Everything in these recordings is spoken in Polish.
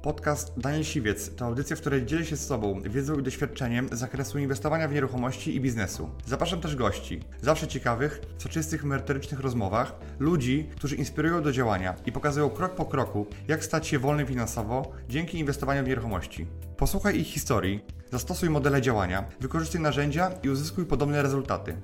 Podcast Daniel Siwiec to audycja, w której dzielę się z Tobą wiedzą i doświadczeniem z zakresu inwestowania w nieruchomości i biznesu. Zapraszam też gości, zawsze ciekawych, w soczystych, merytorycznych rozmowach, ludzi, którzy inspirują do działania i pokazują krok po kroku, jak stać się wolnym finansowo dzięki inwestowaniu w nieruchomości. Posłuchaj ich historii, zastosuj modele działania, wykorzystuj narzędzia i uzyskuj podobne rezultaty.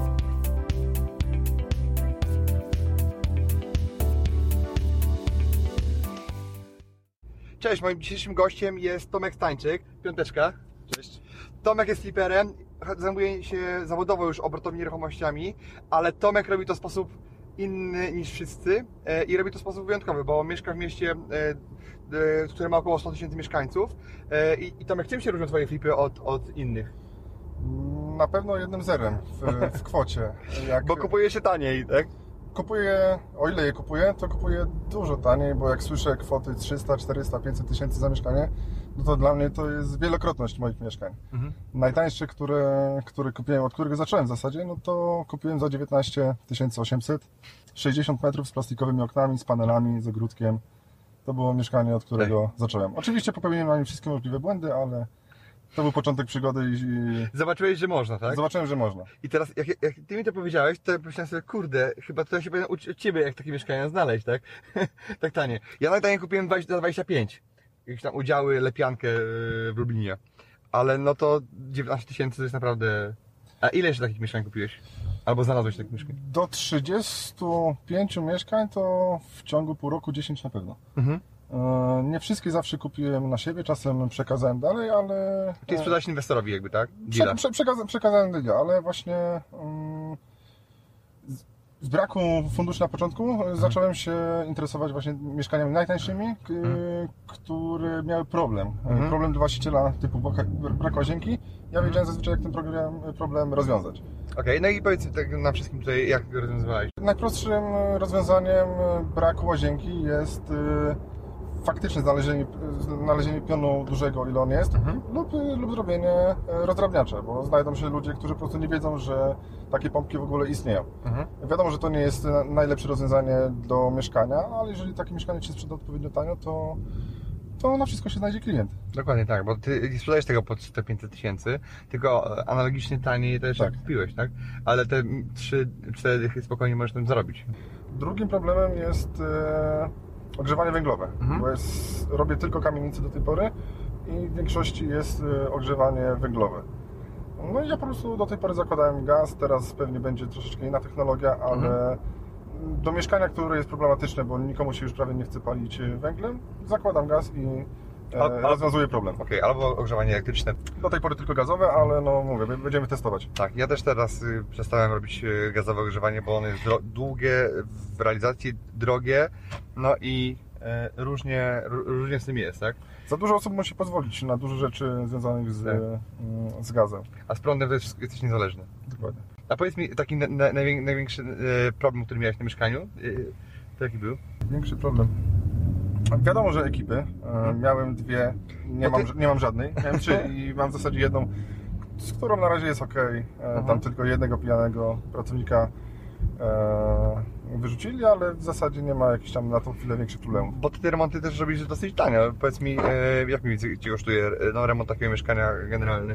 Cześć, moim dzisiejszym gościem jest Tomek Stańczyk, piąteczka. Cześć. Tomek jest fliperem, zajmuje się zawodowo już obrotem nieruchomościami, ale Tomek robi to w sposób inny niż wszyscy i robi to w sposób wyjątkowy, bo mieszka w mieście, które ma około 100 000 mieszkańców. I Tomek, czym się różnią Twoje flipy od innych? Na pewno 1-0 w kwocie. Bo kupuje się taniej, tak? Kupuję, o ile je kupuję, to kupuję dużo taniej, bo jak słyszę kwoty 300, 400, 500 tysięcy za mieszkanie, no to dla mnie to jest wielokrotność moich mieszkań. Najtańsze, które kupiłem, od którego zacząłem w zasadzie, no to kupiłem za 19 800, 60 metrów z plastikowymi oknami, z panelami, z ogródkiem. To było mieszkanie, od którego zacząłem. Oczywiście popełniłem na nim wszystkie możliwe błędy, ale to był początek przygody i Zobaczyłeś, że można, tak? Zobaczyłem, że można. I teraz, jak Ty mi to powiedziałeś, to pomyślałem sobie, kurde, chyba tutaj się powinien uczyć od Ciebie, jak takie mieszkania znaleźć, tak? Tak tanie. Ja najtaniej kupiłem za 25. Jakieś tam udziały, lepiankę w Lublinie. Ale no to 19 tysięcy to jest naprawdę... A ile jeszcze takich mieszkań kupiłeś? Albo znalazłeś takich mieszkań? Do 35 mieszkań to w ciągu pół roku 10 na pewno. Nie wszystkie zawsze kupiłem na siebie, czasem przekazałem dalej, ale... Ty sprzedałeś inwestorowi jakby, tak? Przekazałem deala, ale właśnie z braku funduszy na początku zacząłem się interesować właśnie mieszkaniami najtańszymi, które miały problem. Problem dla właściciela typu brak łazienki. Ja wiedziałem zazwyczaj, jak ten problem rozwiązać. Okej, no i powiedz tak na wszystkim tutaj, jak go rozwiązywałeś? Najprostszym rozwiązaniem braku łazienki jest faktyczne znalezienie pionu dużego, ile on jest, lub zrobienie rozdrabniacza, bo znajdą się ludzie, którzy po prostu nie wiedzą, że takie pompki w ogóle istnieją. Wiadomo, że to nie jest najlepsze rozwiązanie do mieszkania, ale jeżeli takie mieszkanie się sprzeda odpowiednio tanio, to na wszystko się znajdzie klient. Dokładnie tak, bo Ty nie sprzedajesz tego po 400-500 tysięcy, tylko analogicznie taniej też Tak. kupiłeś, tak? Ale te 3-4 dychy spokojnie możesz tym zarobić. Drugim problemem jest ogrzewanie węglowe, bo robię tylko kamienice do tej pory i w większości jest ogrzewanie węglowe. No i ja po prostu do tej pory zakładałem gaz, teraz pewnie będzie troszeczkę inna technologia, ale do mieszkania, które jest problematyczne, bo nikomu się już prawie nie chce palić węglem, zakładam gaz i rozwiązuję problem. Okej, albo ogrzewanie elektryczne. Do tej pory tylko gazowe, ale no mówię, będziemy testować. Tak, ja też teraz przestałem robić gazowe ogrzewanie, bo ono jest długie, w realizacji drogie, no i różnie z tym jest, tak? Za dużo osób musi pozwolić na dużo rzeczy związanych z gazem. A z prądem też jesteś niezależny. Dokładnie. A powiedz mi, taki największy problem, który miałeś na mieszkaniu, to jaki był? Większy problem. Wiadomo, że ekipy. Miałem dwie, nie mam żadnej. Miałem 3 i mam w zasadzie jedną, z którą na razie jest ok. Tam tylko jednego pijanego pracownika wyrzucili, ale w zasadzie nie ma jakichś tam na tą chwilę większych problemów. Bo Ty te remonty też robisz dosyć tanio. Powiedz mi, jak mniej więcej Ci kosztuje remont takiego mieszkania generalny?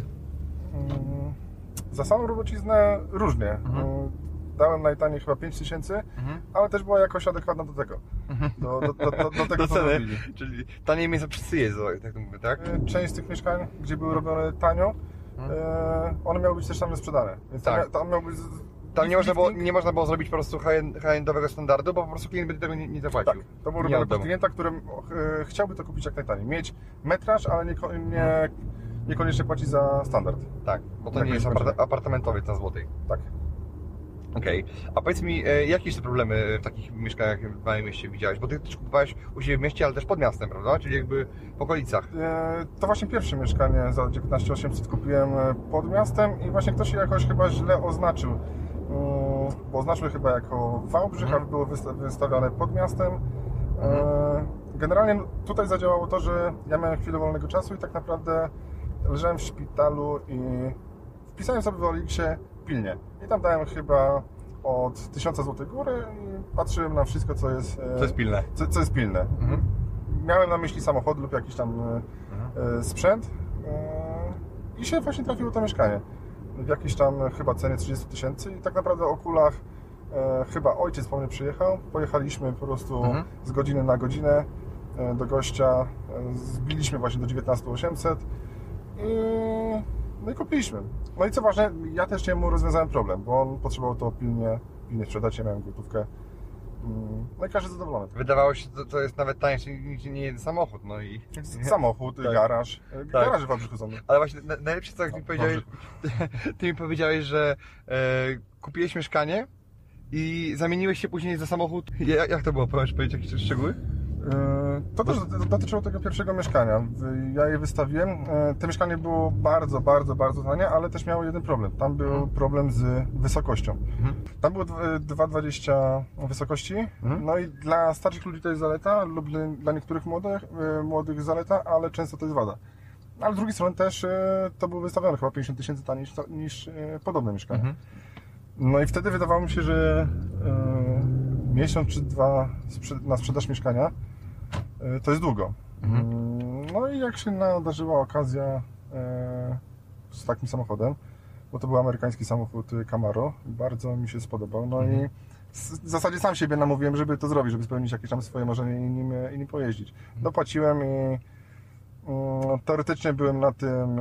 Za samą robociznę różnie. Dałem najtaniej chyba 5 tysięcy, ale też była jakoś adekwatna do tego. Do tego, co robili. Czyli taniej miejsce wszyscy jedzą, tak to mówię, tak? Część z tych mieszkań, gdzie były robione tanio, one miały być też same sprzedane. Więc Tak. tam miał być... Tam nie można było zrobić po prostu high-endowego standardu, bo po prostu klient by tego nie zapłacił. Tak, to był robione pod klienta, który chciałby to kupić jak najtaniej. Mieć metraż, ale niekoniecznie płacić za standard. Tak, bo to nie jest apartamentowiec na Złotej. Tak. Okej. A powiedz mi, jakie jeszcze problemy w takich mieszkaniach w małym mieście widziałeś? Bo Ty też kupowałeś u siebie w mieście, ale też pod miastem, prawda? Czyli jakby w okolicach. To właśnie pierwsze mieszkanie za 19 800 kupiłem pod miastem i właśnie ktoś je jakoś chyba źle oznaczył. Bo oznaczył chyba jako Wałbrzych, ale było wystawione pod miastem. Generalnie tutaj zadziałało to, że ja miałem chwilę wolnego czasu i tak naprawdę leżałem w szpitalu i wpisałem sobie w Oliksie pilnie. I tam dałem chyba od 1000 zł góry i patrzyłem na wszystko, co jest pilne. Co jest pilne. miałem na myśli samochód lub jakiś tam sprzęt i się właśnie trafiło to mieszkanie. W jakiejś tam chyba cenie 30 000 i tak naprawdę o kulach chyba ojciec po mnie przyjechał. Pojechaliśmy po prostu z godziny na godzinę do gościa, zbiliśmy właśnie do 19 800 no i kupiliśmy. No i co ważne, ja też mu rozwiązałem problem, bo on potrzebował to pilnie sprzedać, ja miałem gotówkę. No i każdy zadowolony. Wydawało się, że to jest nawet tańsze niż nie jeden samochód, no i... Samochód, tak. Garaż. Tak. Garaże w Wałbrzychu są. Ale właśnie najlepsze co jak ty mi powiedziałeś, że kupiłeś mieszkanie i zamieniłeś się później za samochód. Jak to było? Proszę powiedzieć jakieś szczegóły? To też dotyczyło tego pierwszego mieszkania. Ja je wystawiłem. To mieszkanie było bardzo tanie, ale też miało jeden problem. Tam był problem z wysokością. Tam było 2,20 wysokości. No i dla starszych ludzi to jest zaleta, lub dla niektórych młodych zaleta, ale często to jest wada. Ale z drugiej strony też to było wystawione chyba 50 000 taniej niż podobne mieszkanie. No i wtedy wydawało mi się, że miesiąc czy dwa na sprzedaż mieszkania to jest długo. No i jak się nadarzyła okazja z takim samochodem, bo to był amerykański samochód Camaro, bardzo mi się spodobał. No i w zasadzie sam siebie namówiłem, żeby to zrobić, żeby spełnić jakieś tam swoje marzenie i nim pojeździć. Dopłaciłem i teoretycznie byłem na tym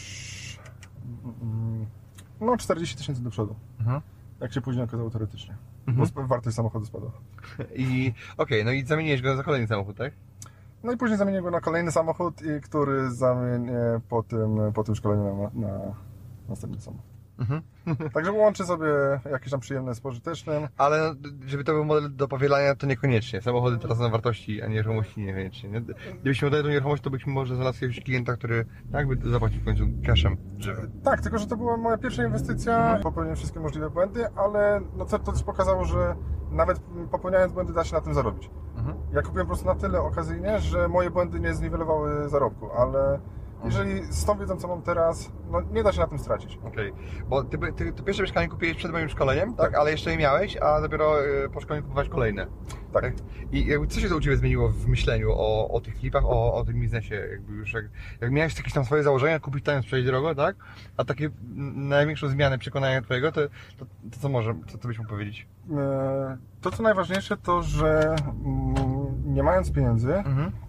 40 000 do przodu. Jak się później okazało teoretycznie. Bo wartość samochodu spadła. I no i zamieniłeś go za kolejny samochód, tak? No i później zamieniłem go na kolejny samochód, który zamienię po tym szkoleniu na następny samochód. Także łączę sobie jakieś tam przyjemne z pożytecznym. Ale żeby to był model do powielania, to niekoniecznie. Samochody teraz na wartości, a nieruchomości niekoniecznie. Nie? Gdybyśmy oddali tą nieruchomość, to byśmy może znalazł jakiegoś klienta, który jakby zapłacił w końcu cashem żywym. Tak, tylko że to była moja pierwsza inwestycja. Popełniłem wszystkie możliwe błędy, ale to też pokazało, że nawet popełniając błędy da się na tym zarobić. Ja kupiłem po prostu na tyle okazyjnie, że moje błędy nie zniwelowały zarobku, ale jeżeli z tą wiedzą, co mam teraz, no nie da się na tym stracić. Okej. Bo ty pierwsze mieszkanie kupiłeś przed moim szkoleniem, tak? Ale jeszcze nie miałeś, a dopiero po szkoleniu kupowałeś kolejne. Tak. I jakby co się to u Ciebie zmieniło w myśleniu o tych flipach, o tym biznesie? Jakby już jak miałeś jakieś tam swoje założenia, kupić tanio, sprzedać drogo, tak? A takie największą zmianę przekonania Twojego, to co byś mógł powiedzieć? To co najważniejsze to, że nie mając pieniędzy,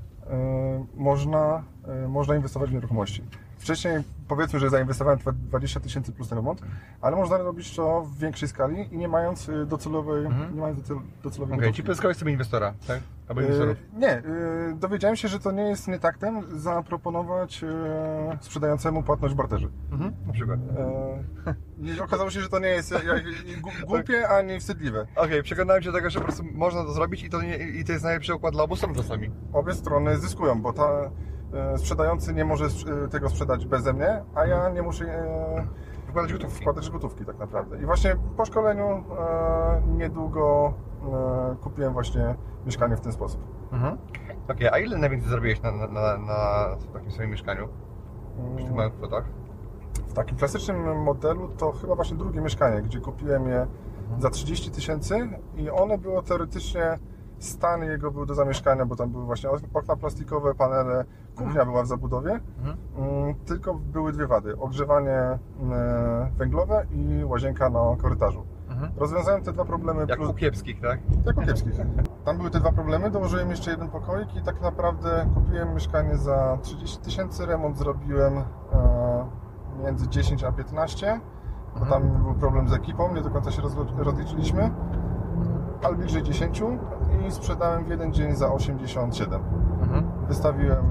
można inwestować w nieruchomości. Wcześniej powiedzmy, że zainwestowałem 20 000 plus remont, ale można robić to w większej skali i nie mając docelowej Okej, czyli pozyskałeś sobie inwestora, tak? Albo inwestorów? Nie, dowiedziałem się, że to nie jest nietaktem zaproponować sprzedającemu płatność w barterze. Na przykład. Okazało się, że to nie jest głupie ani wstydliwe. Okej, przekonałem się do tego, że po prostu można to zrobić i to jest najlepszy układ dla obu stron czasami. Obie strony zyskują, bo sprzedający nie może tego sprzedać beze mnie, a ja nie muszę wkładać gotówki tak naprawdę. I właśnie po szkoleniu niedługo kupiłem właśnie mieszkanie w ten sposób. Okej, a ile najwięcej zarobiłeś na takim swoim mieszkaniu? Przy tych małych kwotach? W takim klasycznym modelu to chyba właśnie drugie mieszkanie, gdzie kupiłem je za 30 000 i one było teoretycznie, stan jego był do zamieszkania, bo tam były właśnie okna plastikowe, panele, kuchnia była w zabudowie, tylko były dwie wady: ogrzewanie węglowe i łazienka na korytarzu. Rozwiązałem te dwa problemy. Jak u kiepskich, tak? Jak u kiepskich. Tam były te dwa problemy, dołożyłem jeszcze jeden pokoik i tak naprawdę kupiłem mieszkanie za 30 000, remont zrobiłem między 10 a 15, bo tam był problem z ekipą, nie do końca się rozliczyliśmy, ale bliżej 10 i sprzedałem w jeden dzień za 87. Wystawiłem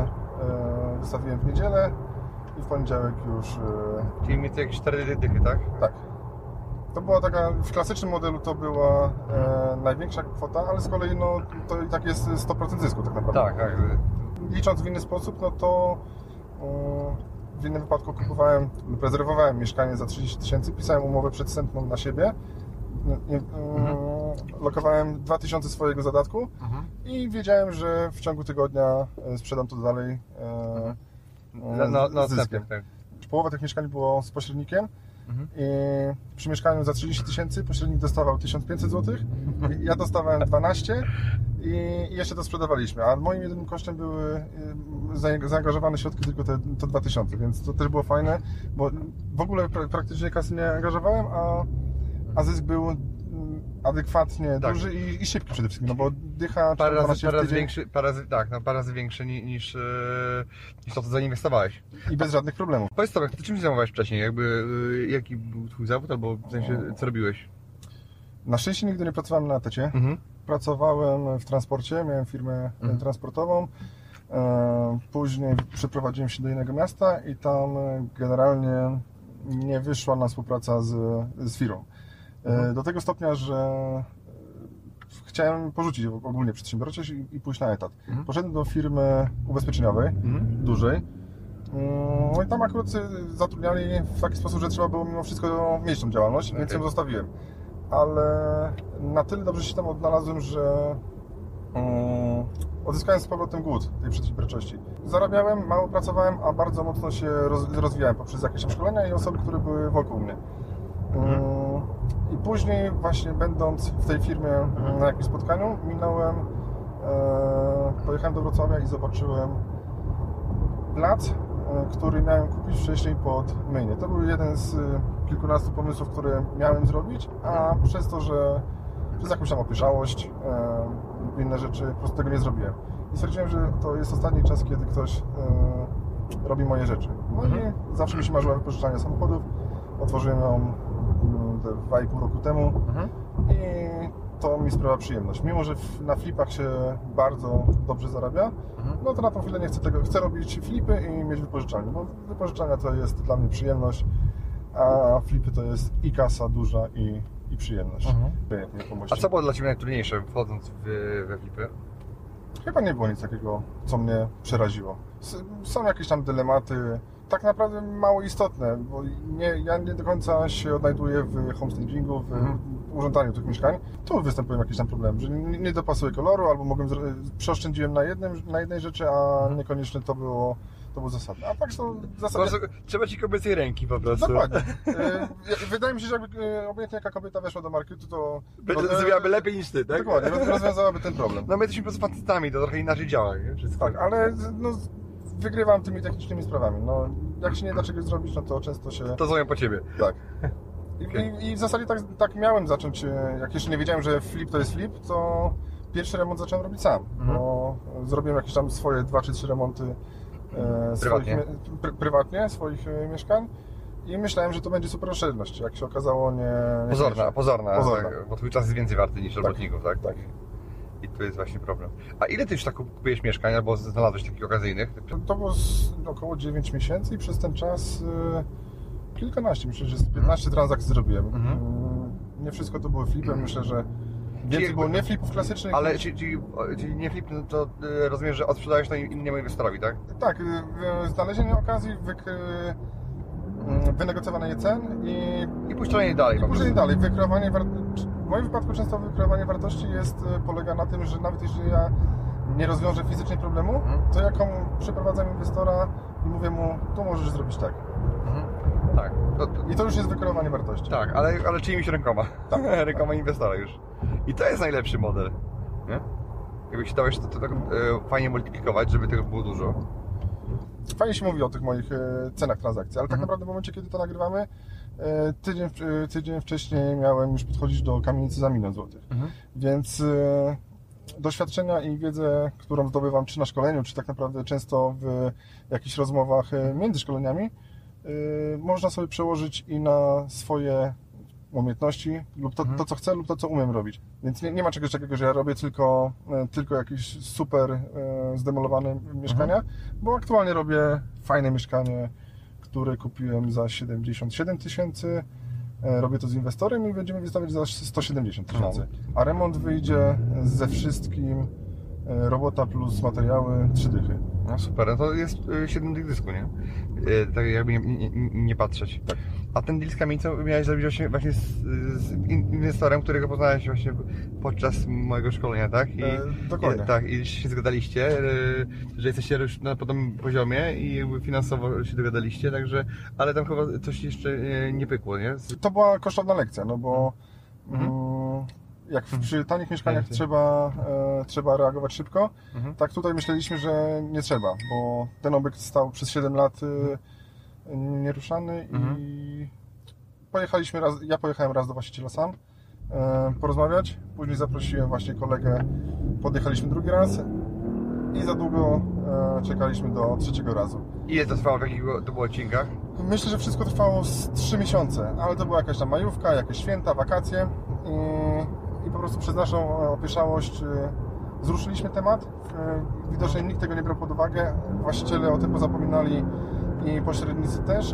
w niedzielę i w poniedziałek już... Czyli mieć jakieś 4 dychy, tak? Tak. To była taka, w klasycznym modelu to była największa kwota, ale z kolei to i tak jest 100% zysku tak naprawdę. Tak. Licząc w inny sposób, no to w innym wypadku kupowałem lub rezerwowałem mieszkanie za 30 000, pisałem umowę przedwstępną na siebie, lokowałem 2000 swojego zadatku i wiedziałem, że w ciągu tygodnia sprzedam to dalej z zyskiem. Tak. Połowa tych mieszkań było z pośrednikiem i przy mieszkaniu za 30 000 pośrednik dostawał 1500 zł, ja dostawałem 12 i jeszcze to sprzedawaliśmy, a moim jedynym kosztem były zaangażowane środki tylko te 2000, więc to też było fajne, bo w ogóle praktycznie kasy nie angażowałem, a zysk był adekwatnie duży i szybki przede wszystkim, no bo dycha parę razy większy, parę razy większy niż to, co zainwestowałeś. I bez żadnych problemów. Powiedz sobie, ty czym się zajmowałeś wcześniej? Jaki był twój zawód, albo w sensie, co robiłeś? Na szczęście nigdy nie pracowałem na etacie. Pracowałem w transporcie, miałem firmę transportową. Później przeprowadziłem się do innego miasta i tam generalnie nie wyszła na współpraca z firmą. Do tego stopnia, że chciałem porzucić ogólnie przedsiębiorczość i pójść na etat. Poszedłem do firmy ubezpieczeniowej, dużej. No i tam akurat zatrudniali w taki sposób, że trzeba było mimo wszystko mieć tą działalność, więc ją zostawiłem. Ale na tyle dobrze się tam odnalazłem, że odzyskałem z powrotem głód tej przedsiębiorczości. Zarabiałem, mało pracowałem, a bardzo mocno się rozwijałem poprzez jakieś tam szkolenia i osoby, które były wokół mnie. I później właśnie będąc w tej firmie na jakimś spotkaniu, pojechałem do Wrocławia i zobaczyłem plac, który miałem kupić wcześniej pod myjnię. To był jeden z kilkunastu pomysłów, które miałem zrobić, a przez to, że przez jakąś tam opieszałość, inne rzeczy, po prostu tego nie zrobiłem. I stwierdziłem, że to jest ostatni czas, kiedy ktoś robi moje rzeczy. No i zawsze mi się marzyło wypożyczanie samochodów. Otworzyłem ją 2,5 roku temu i to mi sprawia przyjemność. Mimo że na flipach się bardzo dobrze zarabia, no to na tą chwilę nie chcę tego. Chcę robić flipy i mieć wypożyczalnię, bo wypożyczalnia to jest dla mnie przyjemność, a flipy to jest i kasa duża i przyjemność. A co było dla Ciebie najtrudniejsze wchodząc we flipy? Chyba nie było nic takiego, co mnie przeraziło. Są jakieś tam dylematy, tak naprawdę mało istotne, bo ja nie do końca się odnajduję w homestagingu, w urządzaniu tych mieszkań. Tu występują jakieś tam problemy, że nie dopasuję koloru, albo przeoszczędziłem na jednej rzeczy, a niekoniecznie to było zasadne. A tak są zasady. Trzeba Ci kobiecej ręki po prostu. Dokładnie. Wydaje mi się, że jakby obojętnie jaka kobieta weszła do marketu, to zrobiłaby lepiej niż Ty, tak? Dokładnie, rozwiązałaby ten problem. No my jesteśmy po prostu facetami, to trochę inaczej działa, nie? Wszystko. Tak, ale wygrywam tymi technicznymi sprawami. No, jak się nie da czegoś zrobić, no to często się... To złoją po Ciebie. Tak. I w zasadzie tak miałem zacząć, jak jeszcze nie wiedziałem, że flip to jest flip, to pierwszy remont zacząłem robić sam. Bo zrobiłem jakieś tam swoje 2 czy 3 remonty prywatnie swoich mieszkań i myślałem, że to będzie super oszczędność. Jak się okazało, nie Pozorna. Tak, bo twój czas jest więcej warty niż robotników, tak? Tak. I tu jest właśnie problem. A ile Ty już tak kupujesz mieszkań, albo znalazłeś takich okazyjnych? To było około 9 miesięcy i przez ten czas kilkanaście, myślę, że 15 transakcji zrobiłem. Nie wszystko to było flipem, myślę, że więcej było nie flipów klasycznych. Ale czyli nie flip, no to rozumiem, że odsprzedałeś to innemu inwestorowi, tak? Tak, znalezienie okazji, wynegocjowanie cen i puszczenie dalej. Później dalej. W moim wypadku często wykreowanie wartości polega na tym, że nawet jeśli ja nie rozwiążę fizycznie problemu, to jak przeprowadzam inwestora i mówię mu, to możesz zrobić tak. Tak. I to już jest wykreowanie wartości. Tak, ale czyimiś rękoma. Tak. Rękoma inwestora już. I to jest najlepszy model. Nie? Jakby się dało jeszcze to tak fajnie multiplikować, żeby tego było dużo. Fajnie się mówi o tych moich cenach transakcji, ale tak naprawdę w momencie, kiedy to nagrywamy, tydzień wcześniej miałem już podchodzić do kamienicy za 1 000 000 złotych. Więc doświadczenia i wiedzę, którą zdobywam czy na szkoleniu, czy tak naprawdę często w jakichś rozmowach między szkoleniami, można sobie przełożyć i na swoje umiejętności lub to co chcę, lub to, co umiem robić. Więc nie ma czegoś takiego, że ja robię tylko jakieś super zdemolowane mieszkania, bo aktualnie robię fajne mieszkanie, które kupiłem za 77 000. Robię to z inwestorem i będziemy wystawiać za 170 000. A remont wyjdzie ze wszystkim, robota plus materiały, 3 dychy. No super, no to jest 7 tych dysku, nie? Tak jakby nie patrzeć. Tak. A ten deal z kamienicą miałeś zrobić właśnie z inwestorem, którego poznałeś właśnie podczas mojego szkolenia, tak? Dokładnie. Tak, i się zgadaliście, że jesteście już na podobnym poziomie i jakby finansowo się dogadaliście, także, ale tam chyba coś jeszcze nie pykło, nie? To była kosztowna lekcja, no bo Jak przy tanich mieszkaniach trzeba reagować szybko, tak tutaj myśleliśmy, że nie trzeba, bo ten obiekt stał przez 7 lat nieruszany i ja pojechałem raz do właściciela sam porozmawiać, później zaprosiłem właśnie kolegę, podjechaliśmy drugi raz i za długo czekaliśmy do trzeciego razu. Ile to trwało, w jakich to było odcinkach? Myślę, że wszystko trwało z 3 miesiące, ale to była jakaś tam majówka, jakieś święta, wakacje i po prostu przez naszą opieszałość zruszyliśmy temat. Widocznie nikt tego nie brał pod uwagę, właściciele o tym pozapominali i pośrednicy też,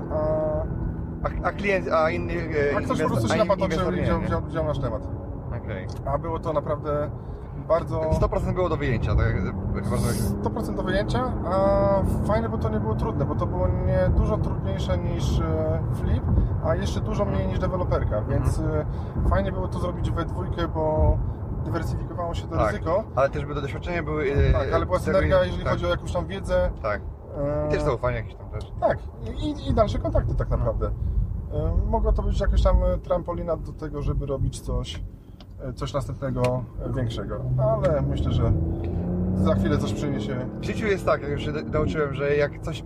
A klient, a innych... a ktoś po prostu się napatoczył i wziął nasz temat. Okay. A było to naprawdę bardzo... 100% było do wyjęcia, tak? 100% do wyjęcia, a fajne, bo to nie było trudne, bo to było nie dużo trudniejsze niż flip, a jeszcze dużo mniej niż deweloperka, więc fajnie było to zrobić we dwójkę, bo dywersyfikowało się to ryzyko. Ale też by to doświadczenie były... Tak, ale była synergia, jeżeli chodzi o jakąś tam wiedzę. Tak. I też zaufanie jakieś tam też. Tak, i dalsze kontakty tak naprawdę. Mogła to być jakaś tam trampolina do tego, żeby robić coś następnego większego, ale myślę, że za chwilę coś przyniesie. W życiu jest tak, jak już się nauczyłem, że jak coś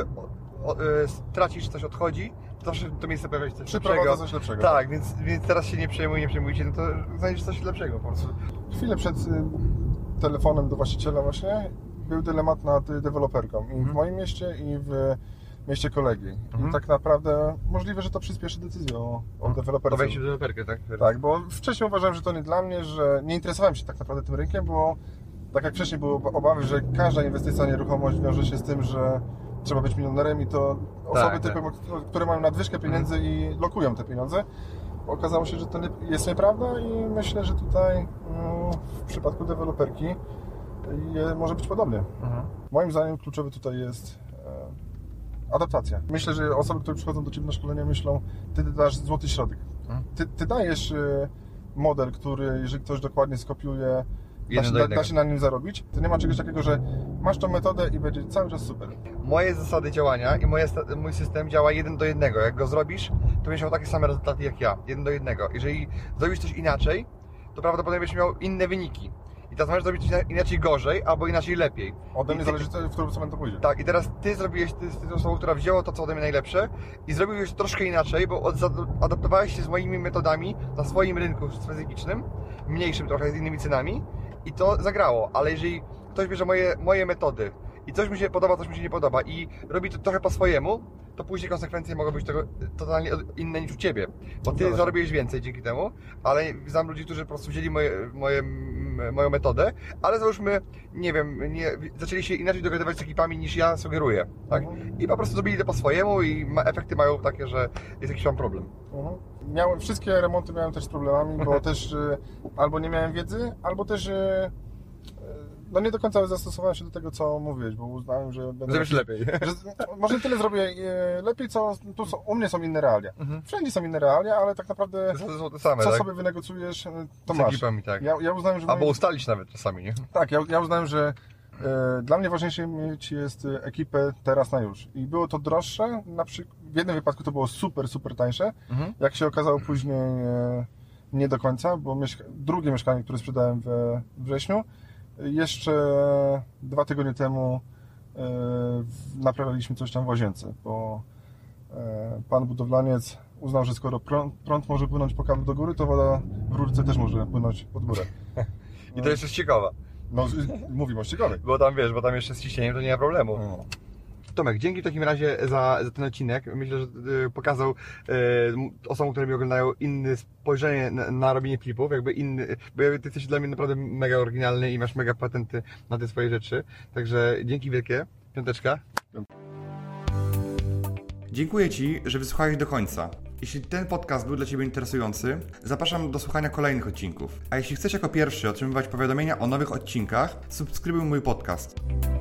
tracisz, coś odchodzi, to zawsze to miejsce pojawia się coś lepszego. Coś lepszego. Tak, więc teraz się nie przejmujcie, no to znajdziesz coś lepszego po prostu. Chwilę przed telefonem do właściciela właśnie był dylemat nad deweloperką i w moim mieście i w mieście kolegi. I tak naprawdę możliwe, że to przyspieszy decyzję o deweloperce. To wejście w deweloperkę, tak? Tak, bo wcześniej uważałem, że to nie dla mnie, że nie interesowałem się tak naprawdę tym rynkiem, bo tak jak wcześniej były obawy, że każda inwestycja w nieruchomość wiąże się z tym, że trzeba być milionerem i to osoby typu, które mają nadwyżkę pieniędzy i lokują te pieniądze. Okazało się, że to jest nieprawda i myślę, że tutaj w przypadku deweloperki może być podobnie. Moim zdaniem kluczowy tutaj jest adaptacja. Myślę, że osoby, które przychodzą do Ciebie na szkolenia, myślą, Ty dasz złoty środek. Ty dajesz model, który jeżeli ktoś dokładnie skopiuje, da się na nim zarobić. To nie ma czegoś takiego, że masz tą metodę i będzie cały czas super. Moje zasady działania i mój system działa 1 do 1. Jak go zrobisz, to będziesz miał takie same rezultaty jak ja. 1 do 1. Jeżeli zrobisz coś inaczej, to prawdopodobnie będziesz miał inne wyniki. I teraz możesz zrobić inaczej gorzej, albo inaczej lepiej. Ode mnie zależy, w którą stronę to pójdzie. Tak, i teraz ty zrobiłeś, ty jesteś osobą, która wzięła to, co ode mnie najlepsze i zrobiłeś to troszkę inaczej, bo adaptowałeś się z moimi metodami na swoim rynku specyficznym, mniejszym trochę, z innymi cenami i to zagrało. Ale jeżeli ktoś bierze moje metody i coś mu się podoba, coś mu się nie podoba i robi to trochę po swojemu, to później konsekwencje mogą być tego totalnie inne niż u Ciebie. Bo Ty zarobiłeś więcej dzięki temu, ale znam ludzi, którzy po prostu wzięli moją metodę, ale załóżmy, nie wiem, zaczęli się inaczej dogadywać z ekipami niż ja sugeruję, tak? I po prostu zrobili to po swojemu i efekty mają takie, że jest jakiś tam problem. Wszystkie remonty miałem też z problemami, bo też albo nie miałem wiedzy, albo też nie do końca zastosowałem się do tego, co mówiłeś, bo uznałem, że będę... Zrobisz lepiej. Może tyle zrobię lepiej, co u mnie są inne realia. Wszędzie są inne realia, ale tak naprawdę same, co tak? sobie wynegocjujesz, to z masz. Ekipami, tak. Ja uznałem, że... Albo ustalić nawet czasami, nie? Tak, ja uznałem, że dla mnie ważniejsze mieć jest ekipę teraz na już. I było to droższe, w jednym wypadku to było super tańsze. Jak się okazało później nie do końca, bo drugie mieszkanie, które sprzedałem we wrześniu, jeszcze 2 tygodnie temu naprawialiśmy coś tam w łazience, bo pan budowlaniec uznał, że skoro prąd może płynąć po kablu do góry, to woda w rurce też może płynąć pod górę. I to jeszcze jest ciekawe. No, mówimy o ściegowej. Bo tam wiesz, bo tam jeszcze z ciśnieniem to nie ma problemu. Tomek, dzięki w takim razie za ten odcinek. Myślę, że pokazał osobom, które mnie oglądają, inne spojrzenie na robienie flipów, jakby inny, bo ty jesteś dla mnie naprawdę mega oryginalny i masz mega patenty na te swoje rzeczy. Także dzięki wielkie. Piąteczka. Dziękuję Ci, że wysłuchałeś do końca. Jeśli ten podcast był dla Ciebie interesujący, zapraszam do słuchania kolejnych odcinków. A jeśli chcesz jako pierwszy otrzymywać powiadomienia o nowych odcinkach, subskrybuj mój podcast.